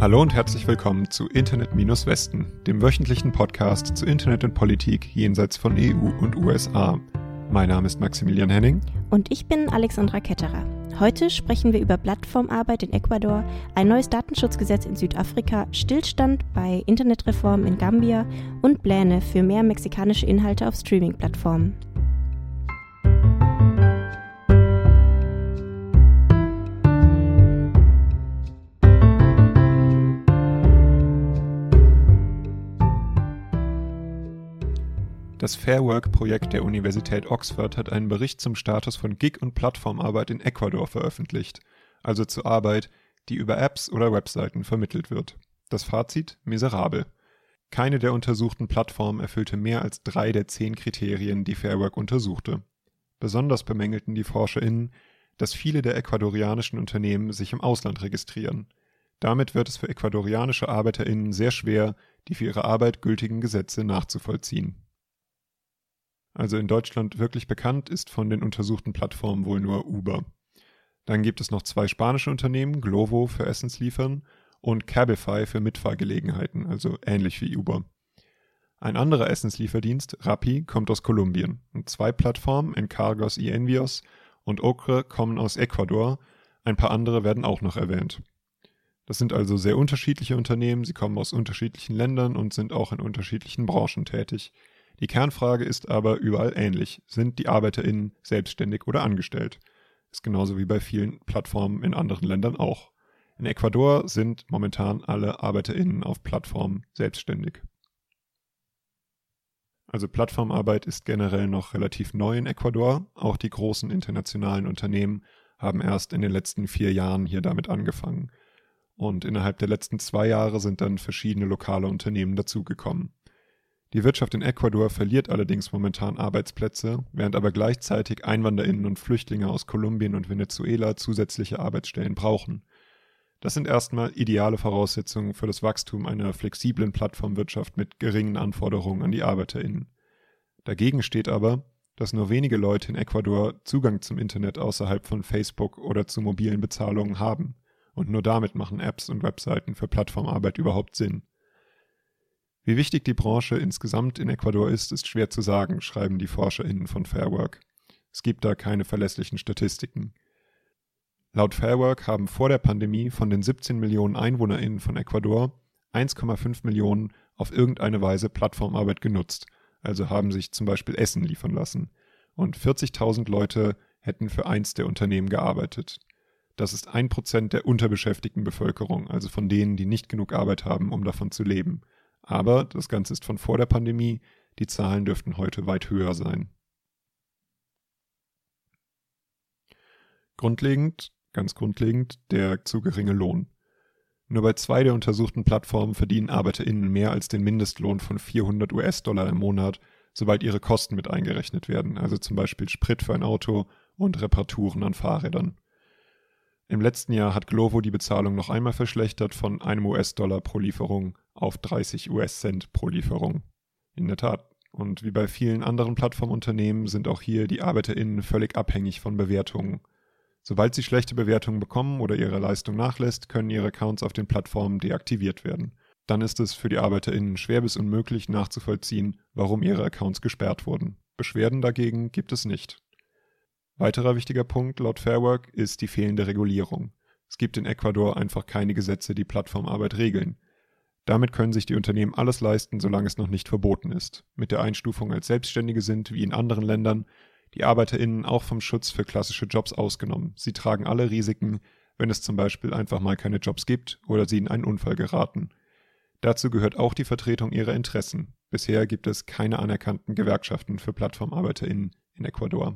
Hallo und herzlich willkommen zu Internet-Westen, dem wöchentlichen Podcast zu Internet und Politik jenseits von EU und USA. Mein Name ist Maximilian Henning. Und ich bin Alexandra Ketterer. Heute sprechen wir über Plattformarbeit in Ecuador, ein neues Datenschutzgesetz in Südafrika, Stillstand bei Internetreformen in Gambia und Pläne für mehr mexikanische Inhalte auf Streaming-Plattformen. Das Fair Work-Projekt der Universität Oxford hat einen Bericht zum Status von Gig- und Plattformarbeit in Ecuador veröffentlicht, also zur Arbeit, die über Apps oder Webseiten vermittelt wird. Das Fazit: miserabel. Keine der untersuchten Plattformen erfüllte mehr als 3 der 10 Kriterien, die Fair Work untersuchte. Besonders bemängelten die ForscherInnen, dass viele der ecuadorianischen Unternehmen sich im Ausland registrieren. Damit wird es für ecuadorianische ArbeiterInnen sehr schwer, die für ihre Arbeit gültigen Gesetze nachzuvollziehen. Also in Deutschland wirklich bekannt ist von den untersuchten Plattformen wohl nur Uber. Dann gibt es noch 2 spanische Unternehmen, Glovo für Essensliefern und Cabify für Mitfahrgelegenheiten, also ähnlich wie Uber. Ein anderer Essenslieferdienst, Rappi, kommt aus Kolumbien und 2 Plattformen, Encargos y Envios und Ocre, kommen aus Ecuador, ein paar andere werden auch noch erwähnt. Das sind also sehr unterschiedliche Unternehmen, sie kommen aus unterschiedlichen Ländern und sind auch in unterschiedlichen Branchen tätig. Die Kernfrage ist aber überall ähnlich. Sind die ArbeiterInnen selbstständig oder angestellt? Ist genauso wie bei vielen Plattformen in anderen Ländern auch. In Ecuador sind momentan alle ArbeiterInnen auf Plattformen selbstständig. Also Plattformarbeit ist generell noch relativ neu in Ecuador. Auch die großen internationalen Unternehmen haben erst in den letzten 4 Jahren hier damit angefangen. Und innerhalb der letzten 2 Jahre sind dann verschiedene lokale Unternehmen dazugekommen. Die Wirtschaft in Ecuador verliert allerdings momentan Arbeitsplätze, während aber gleichzeitig EinwanderInnen und Flüchtlinge aus Kolumbien und Venezuela zusätzliche Arbeitsstellen brauchen. Das sind erstmal ideale Voraussetzungen für das Wachstum einer flexiblen Plattformwirtschaft mit geringen Anforderungen an die ArbeiterInnen. Dagegen steht aber, dass nur wenige Leute in Ecuador Zugang zum Internet außerhalb von Facebook oder zu mobilen Bezahlungen haben. Und nur damit machen Apps und Webseiten für Plattformarbeit überhaupt Sinn. Wie wichtig die Branche insgesamt in Ecuador ist schwer zu sagen, schreiben die ForscherInnen von Fair Work. Es gibt da keine verlässlichen Statistiken. Laut Fair Work haben vor der Pandemie von den 17 Millionen EinwohnerInnen von Ecuador 1,5 Millionen auf irgendeine Weise Plattformarbeit genutzt, also haben sich zum Beispiel Essen liefern lassen. Und 40.000 Leute hätten für eins der Unternehmen gearbeitet. Das ist 1% der unterbeschäftigten Bevölkerung, also von denen, die nicht genug Arbeit haben, um davon zu leben. Aber das Ganze ist von vor der Pandemie, die Zahlen dürften heute weit höher sein. Ganz grundlegend, der zu geringe Lohn. Nur bei 2 der untersuchten Plattformen verdienen ArbeiterInnen mehr als den Mindestlohn von $400 im Monat, sobald ihre Kosten mit eingerechnet werden, also zum Beispiel Sprit für ein Auto und Reparaturen an Fahrrädern. Im letzten Jahr hat Glovo die Bezahlung noch einmal verschlechtert von $1 pro Lieferung auf 30 US-Cent pro Lieferung. In der Tat. Und wie bei vielen anderen Plattformunternehmen sind auch hier die ArbeiterInnen völlig abhängig von Bewertungen. Sobald sie schlechte Bewertungen bekommen oder ihre Leistung nachlässt, können ihre Accounts auf den Plattformen deaktiviert werden. Dann ist es für die ArbeiterInnen schwer bis unmöglich nachzuvollziehen, warum ihre Accounts gesperrt wurden. Beschwerden dagegen gibt es nicht. Weiterer wichtiger Punkt laut Fair Work ist die fehlende Regulierung. Es gibt in Ecuador einfach keine Gesetze, die Plattformarbeit regeln. Damit können sich die Unternehmen alles leisten, solange es noch nicht verboten ist. Mit der Einstufung als Selbstständige sind, wie in anderen Ländern, die ArbeiterInnen auch vom Schutz für klassische Jobs ausgenommen. Sie tragen alle Risiken, wenn es zum Beispiel einfach mal keine Jobs gibt oder sie in einen Unfall geraten. Dazu gehört auch die Vertretung ihrer Interessen. Bisher gibt es keine anerkannten Gewerkschaften für PlattformarbeiterInnen in Ecuador.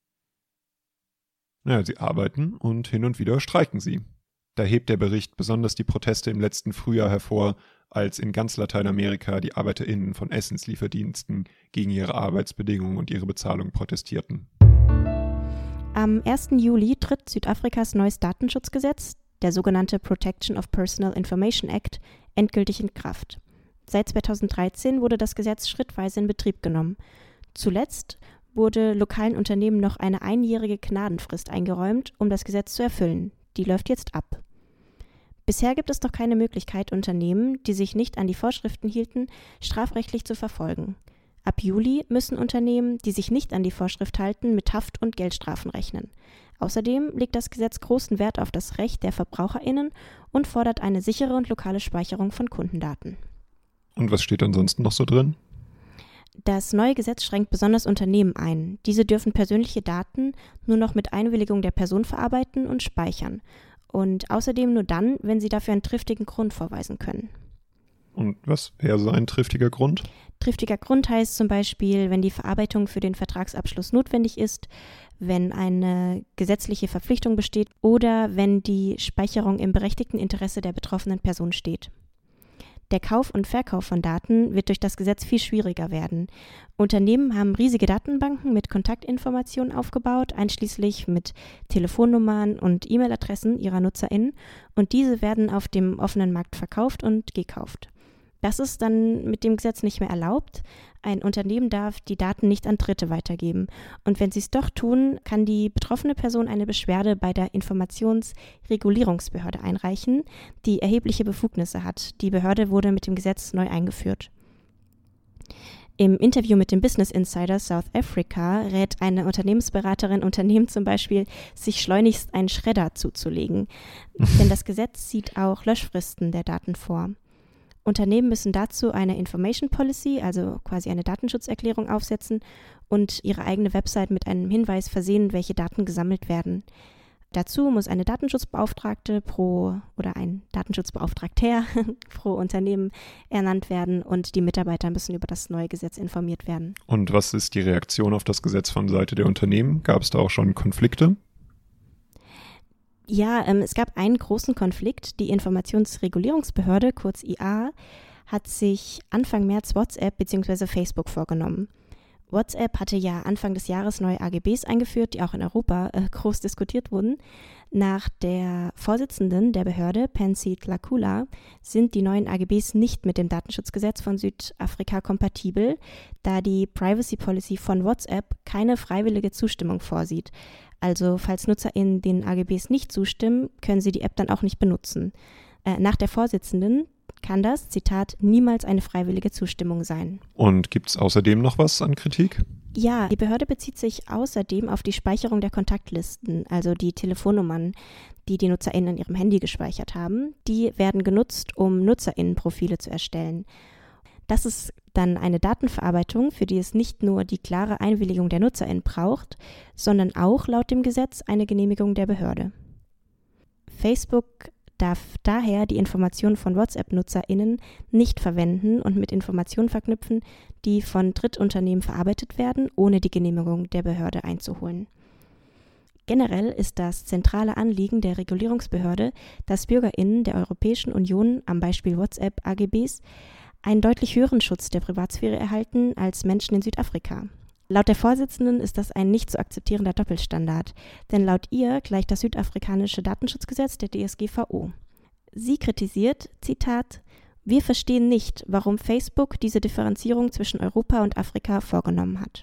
Sie arbeiten und hin und wieder streiken sie. Da hebt der Bericht besonders die Proteste im letzten Frühjahr hervor, als in ganz Lateinamerika die ArbeiterInnen von Essenslieferdiensten gegen ihre Arbeitsbedingungen und ihre Bezahlung protestierten. Am 1. Juli tritt Südafrikas neues Datenschutzgesetz, der sogenannte Protection of Personal Information Act, endgültig in Kraft. Seit 2013 wurde das Gesetz schrittweise in Betrieb genommen. Zuletzt wurde lokalen Unternehmen noch eine 1-jährige Gnadenfrist eingeräumt, um das Gesetz zu erfüllen. Die läuft jetzt ab. Bisher gibt es noch keine Möglichkeit, Unternehmen, die sich nicht an die Vorschriften hielten, strafrechtlich zu verfolgen. Ab Juli müssen Unternehmen, die sich nicht an die Vorschrift halten, mit Haft- und Geldstrafen rechnen. Außerdem legt das Gesetz großen Wert auf das Recht der VerbraucherInnen und fordert eine sichere und lokale Speicherung von Kundendaten. Und was steht ansonsten noch so drin? Das neue Gesetz schränkt besonders Unternehmen ein. Diese dürfen persönliche Daten nur noch mit Einwilligung der Person verarbeiten und speichern. Und außerdem nur dann, wenn sie dafür einen triftigen Grund vorweisen können. Und was wäre so ein triftiger Grund? Triftiger Grund heißt zum Beispiel, wenn die Verarbeitung für den Vertragsabschluss notwendig ist, wenn eine gesetzliche Verpflichtung besteht oder wenn die Speicherung im berechtigten Interesse der betroffenen Person steht. Der Kauf und Verkauf von Daten wird durch das Gesetz viel schwieriger werden. Unternehmen haben riesige Datenbanken mit Kontaktinformationen aufgebaut, einschließlich mit Telefonnummern und E-Mail-Adressen ihrer NutzerInnen, und diese werden auf dem offenen Markt verkauft und gekauft. Das ist dann mit dem Gesetz nicht mehr erlaubt. Ein Unternehmen darf die Daten nicht an Dritte weitergeben. Und wenn sie es doch tun, kann die betroffene Person eine Beschwerde bei der Informationsregulierungsbehörde einreichen, die erhebliche Befugnisse hat. Die Behörde wurde mit dem Gesetz neu eingeführt. Im Interview mit dem Business Insider South Africa rät eine Unternehmensberaterin Unternehmen zum Beispiel, sich schleunigst einen Schredder zuzulegen. Denn das Gesetz sieht auch Löschfristen der Daten vor. Unternehmen müssen dazu eine Information Policy, also quasi eine Datenschutzerklärung, aufsetzen und ihre eigene Website mit einem Hinweis versehen, welche Daten gesammelt werden. Dazu muss eine Datenschutzbeauftragte oder ein Datenschutzbeauftragter pro Unternehmen ernannt werden und die Mitarbeiter müssen über das neue Gesetz informiert werden. Und was ist die Reaktion auf das Gesetz von Seite der Unternehmen? Gab es da auch schon Konflikte? Ja, es gab einen großen Konflikt. Die Informationsregulierungsbehörde, kurz IA, hat sich Anfang März WhatsApp bzw. Facebook vorgenommen. WhatsApp hatte ja Anfang des Jahres neue AGBs eingeführt, die auch in Europa groß diskutiert wurden. Nach der Vorsitzenden der Behörde, Pansy Tlakula, sind die neuen AGBs nicht mit dem Datenschutzgesetz von Südafrika kompatibel, da die Privacy Policy von WhatsApp keine freiwillige Zustimmung vorsieht. Also falls NutzerInnen den AGBs nicht zustimmen, können sie die App dann auch nicht benutzen. Nach der Vorsitzenden kann das, Zitat, niemals eine freiwillige Zustimmung sein. Und gibt es außerdem noch was an Kritik? Ja, die Behörde bezieht sich außerdem auf die Speicherung der Kontaktlisten, also die Telefonnummern, die die NutzerInnen in ihrem Handy gespeichert haben. Die werden genutzt, um NutzerInnen-Profile zu erstellen. Das ist dann eine Datenverarbeitung, für die es nicht nur die klare Einwilligung der NutzerInnen braucht, sondern auch laut dem Gesetz eine Genehmigung der Behörde. Facebook darf daher die Informationen von WhatsApp-NutzerInnen nicht verwenden und mit Informationen verknüpfen, die von Drittunternehmen verarbeitet werden, ohne die Genehmigung der Behörde einzuholen. Generell ist das zentrale Anliegen der Regulierungsbehörde, dass BürgerInnen der Europäischen Union am Beispiel WhatsApp-AGBs einen deutlich höheren Schutz der Privatsphäre erhalten als Menschen in Südafrika. Laut der Vorsitzenden ist das ein nicht zu akzeptierender Doppelstandard, denn laut ihr gleicht das südafrikanische Datenschutzgesetz der DSGVO. Sie kritisiert, Zitat, wir verstehen nicht, warum Facebook diese Differenzierung zwischen Europa und Afrika vorgenommen hat.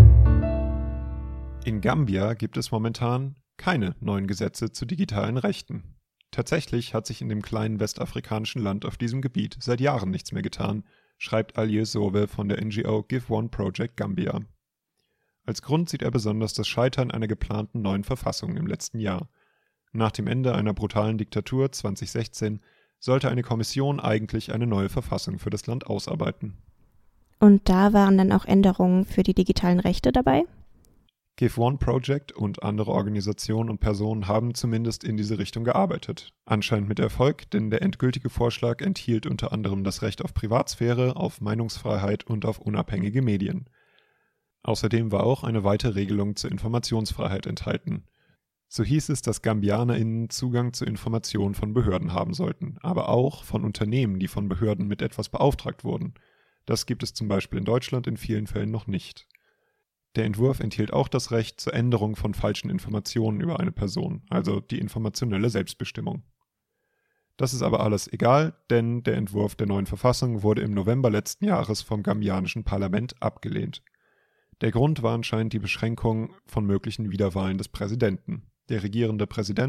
In Gambia gibt es momentan keine neuen Gesetze zu digitalen Rechten. Tatsächlich hat sich in dem kleinen westafrikanischen Land auf diesem Gebiet seit Jahren nichts mehr getan, schreibt Alieu Sowe von der NGO Give One Project Gambia. Als Grund sieht er besonders das Scheitern einer geplanten neuen Verfassung im letzten Jahr. Nach dem Ende einer brutalen Diktatur 2016 sollte eine Kommission eigentlich eine neue Verfassung für das Land ausarbeiten. Und da waren dann auch Änderungen für die digitalen Rechte dabei? Give One Project und andere Organisationen und Personen haben zumindest in diese Richtung gearbeitet. Anscheinend mit Erfolg, denn der endgültige Vorschlag enthielt unter anderem das Recht auf Privatsphäre, auf Meinungsfreiheit und auf unabhängige Medien. Außerdem war auch eine weitere Regelung zur Informationsfreiheit enthalten. So hieß es, dass GambianerInnen Zugang zu Informationen von Behörden haben sollten, aber auch von Unternehmen, die von Behörden mit etwas beauftragt wurden. Das gibt es zum Beispiel in Deutschland in vielen Fällen noch nicht. Der Entwurf enthielt auch das Recht zur Änderung von falschen Informationen über eine Person, also die informationelle Selbstbestimmung. Das ist aber alles egal, denn der Entwurf der neuen Verfassung wurde im November letzten Jahres vom gambianischen Parlament abgelehnt. Der Grund war anscheinend die Beschränkung von möglichen Wiederwahlen des Präsidenten. Der regierende Präsident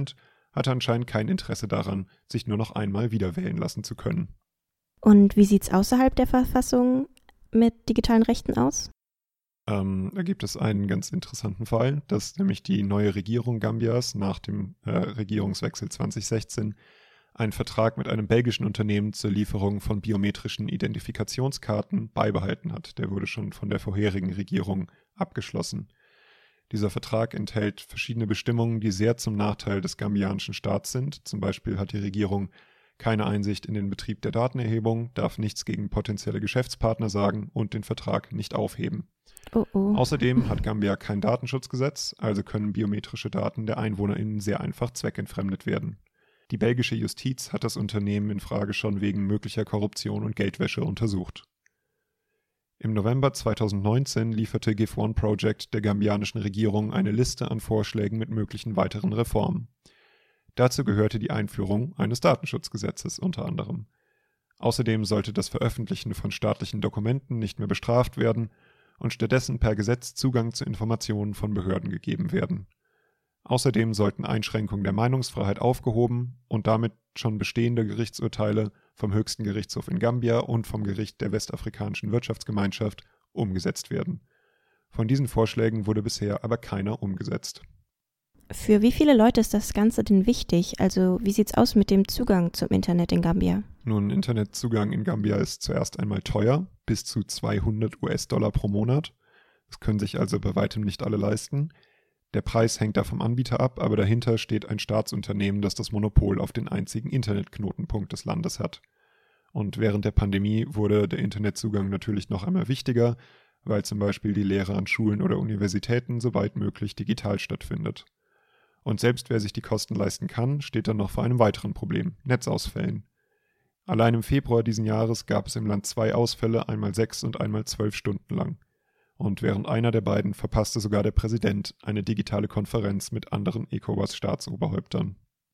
hatte anscheinend kein Interesse daran, sich nur noch einmal wiederwählen lassen zu können. Und wie sieht es außerhalb der Verfassung mit digitalen Rechten aus? Da gibt es einen ganz interessanten Fall, dass nämlich die neue Regierung Gambias nach dem Regierungswechsel 2016 einen Vertrag mit einem belgischen Unternehmen zur Lieferung von biometrischen Identifikationskarten beibehalten hat. Der wurde schon von der vorherigen Regierung abgeschlossen. Dieser Vertrag enthält verschiedene Bestimmungen, die sehr zum Nachteil des gambianischen Staats sind. Zum Beispiel hat die Regierung keine Einsicht in den Betrieb der Datenerhebung, darf nichts gegen potenzielle Geschäftspartner sagen und den Vertrag nicht aufheben. Oh. Außerdem hat Gambia kein Datenschutzgesetz, also können biometrische Daten der EinwohnerInnen sehr einfach zweckentfremdet werden. Die belgische Justiz hat das Unternehmen in Frage schon wegen möglicher Korruption und Geldwäsche untersucht. Im November 2019 lieferte GIF1 Project der gambianischen Regierung eine Liste an Vorschlägen mit möglichen weiteren Reformen. Dazu gehörte die Einführung eines Datenschutzgesetzes unter anderem. Außerdem sollte das Veröffentlichen von staatlichen Dokumenten nicht mehr bestraft werden und stattdessen per Gesetz Zugang zu Informationen von Behörden gegeben werden. Außerdem sollten Einschränkungen der Meinungsfreiheit aufgehoben und damit schon bestehende Gerichtsurteile vom höchsten Gerichtshof in Gambia und vom Gericht der Westafrikanischen Wirtschaftsgemeinschaft umgesetzt werden. Von diesen Vorschlägen wurde bisher aber keiner umgesetzt. Für wie viele Leute ist das Ganze denn wichtig? Also wie sieht's aus mit dem Zugang zum Internet in Gambia? Nun, Internetzugang in Gambia ist zuerst einmal teuer, bis zu $200 pro Monat. Das können sich also bei weitem nicht alle leisten. Der Preis hängt da vom Anbieter ab, aber dahinter steht ein Staatsunternehmen, das das Monopol auf den einzigen Internetknotenpunkt des Landes hat. Und während der Pandemie wurde der Internetzugang natürlich noch einmal wichtiger, weil zum Beispiel die Lehre an Schulen oder Universitäten so weit möglich digital stattfindet. Und selbst wer sich die Kosten leisten kann, steht dann noch vor einem weiteren Problem, Netzausfällen. Allein im Februar diesen Jahres gab es im Land 2 Ausfälle, einmal 6 und einmal 12 Stunden lang. Und während einer der beiden verpasste sogar der Präsident eine digitale Konferenz mit anderen ECOWAS-Staatsoberhäuptern.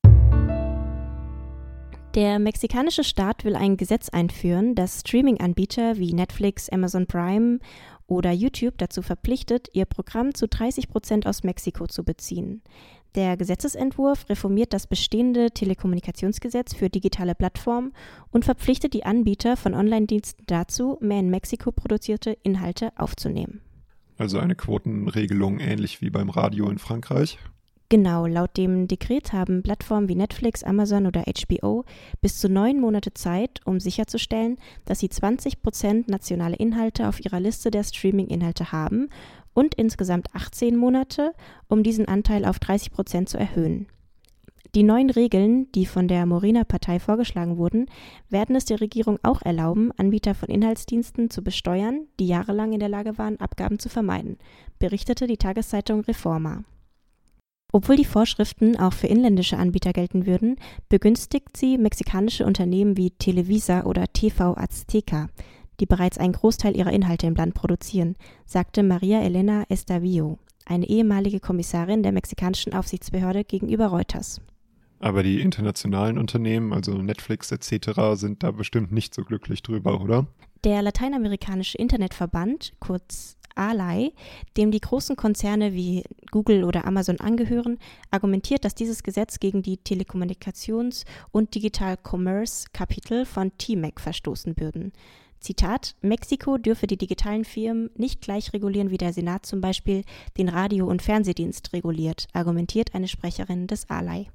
Der mexikanische Staat will ein Gesetz einführen, das Streaming-Anbieter wie Netflix, Amazon Prime oder YouTube dazu verpflichtet, ihr Programm zu 30% aus Mexiko zu beziehen. Der Gesetzesentwurf reformiert das bestehende Telekommunikationsgesetz für digitale Plattformen und verpflichtet die Anbieter von Online-Diensten dazu, mehr in Mexiko produzierte Inhalte aufzunehmen. Also eine Quotenregelung ähnlich wie beim Radio in Frankreich? Genau, laut dem Dekret haben Plattformen wie Netflix, Amazon oder HBO bis zu 9 Monate Zeit, um sicherzustellen, dass sie 20% nationale Inhalte auf ihrer Liste der Streaming-Inhalte haben und insgesamt 18 Monate, um diesen Anteil auf 30% zu erhöhen. Die neuen Regeln, die von der Morena-Partei vorgeschlagen wurden, werden es der Regierung auch erlauben, Anbieter von Inhaltsdiensten zu besteuern, die jahrelang in der Lage waren, Abgaben zu vermeiden, berichtete die Tageszeitung Reforma. Obwohl die Vorschriften auch für inländische Anbieter gelten würden, begünstigt sie mexikanische Unternehmen wie Televisa oder TV Azteca, die bereits einen Großteil ihrer Inhalte im Land produzieren, sagte María Elena Estavillo, eine ehemalige Kommissarin der mexikanischen Aufsichtsbehörde gegenüber Reuters. Aber die internationalen Unternehmen, also Netflix etc., sind da bestimmt nicht so glücklich drüber, oder? Der lateinamerikanische Internetverband, kurz ALAI, dem die großen Konzerne wie Google oder Amazon angehören, argumentiert, dass dieses Gesetz gegen die Telekommunikations- und Digital-Commerce-Kapitel von TMEC verstoßen würden. Zitat: Mexiko dürfe die digitalen Firmen nicht gleich regulieren, wie der Senat zum Beispiel den Radio- und Fernsehdienst reguliert, argumentiert eine Sprecherin des ALAI.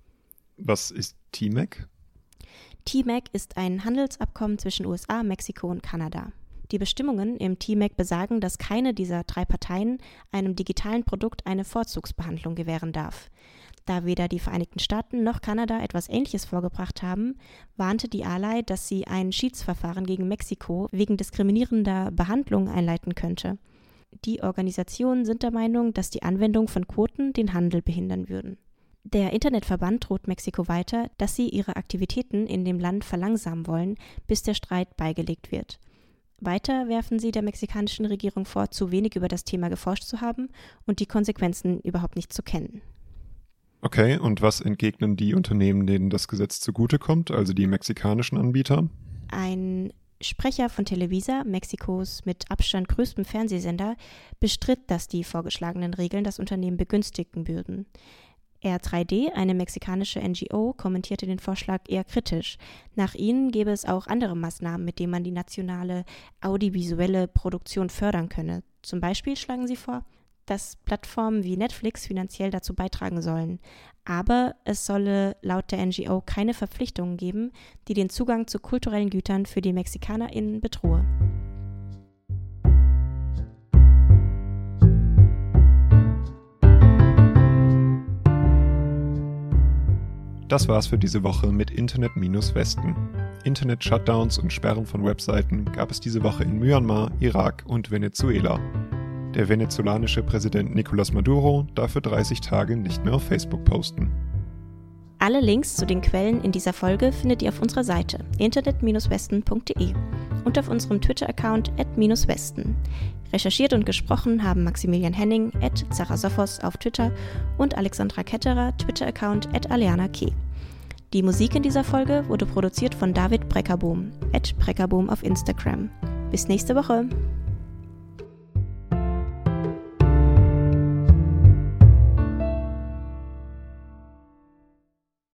Was ist TMEC? TMEC ist ein Handelsabkommen zwischen USA, Mexiko und Kanada. Die Bestimmungen im TMEC besagen, dass keine dieser 3 Parteien einem digitalen Produkt eine Vorzugsbehandlung gewähren darf. Da weder die Vereinigten Staaten noch Kanada etwas Ähnliches vorgebracht haben, warnte die ALAI, dass sie ein Schiedsverfahren gegen Mexiko wegen diskriminierender Behandlung einleiten könnte. Die Organisationen sind der Meinung, dass die Anwendung von Quoten den Handel behindern würden. Der Internetverband droht Mexiko weiter, dass sie ihre Aktivitäten in dem Land verlangsamen wollen, bis der Streit beigelegt wird. Weiter werfen sie der mexikanischen Regierung vor, zu wenig über das Thema geforscht zu haben und die Konsequenzen überhaupt nicht zu kennen. Okay, und was entgegnen die Unternehmen, denen das Gesetz zugutekommt, also die mexikanischen Anbieter? Ein Sprecher von Televisa, Mexikos mit Abstand größtem Fernsehsender, bestritt, dass die vorgeschlagenen Regeln das Unternehmen begünstigen würden. R3D, eine mexikanische NGO, kommentierte den Vorschlag eher kritisch. Nach ihnen gäbe es auch andere Maßnahmen, mit denen man die nationale audiovisuelle Produktion fördern könne. Zum Beispiel schlagen sie vor, dass Plattformen wie Netflix finanziell dazu beitragen sollen. Aber es solle laut der NGO keine Verpflichtungen geben, die den Zugang zu kulturellen Gütern für die MexikanerInnen bedrohe. Das war's für diese Woche mit Internet-Westen. Internet-Shutdowns und Sperren von Webseiten gab es diese Woche in Myanmar, Irak und Venezuela. Der venezolanische Präsident Nicolás Maduro darf für 30 Tage nicht mehr auf Facebook posten. Alle Links zu den Quellen in dieser Folge findet ihr auf unserer Seite internet-westen.de und auf unserem Twitter-Account @-westen. Recherchiert und gesprochen haben Maximilian Henning @Zarasophos auf Twitter und Alexandra Ketterer, Twitter-Account @AleanaK. Die Musik in dieser Folge wurde produziert von David Breckerbohm @Breckerbohm auf Instagram. Bis nächste Woche!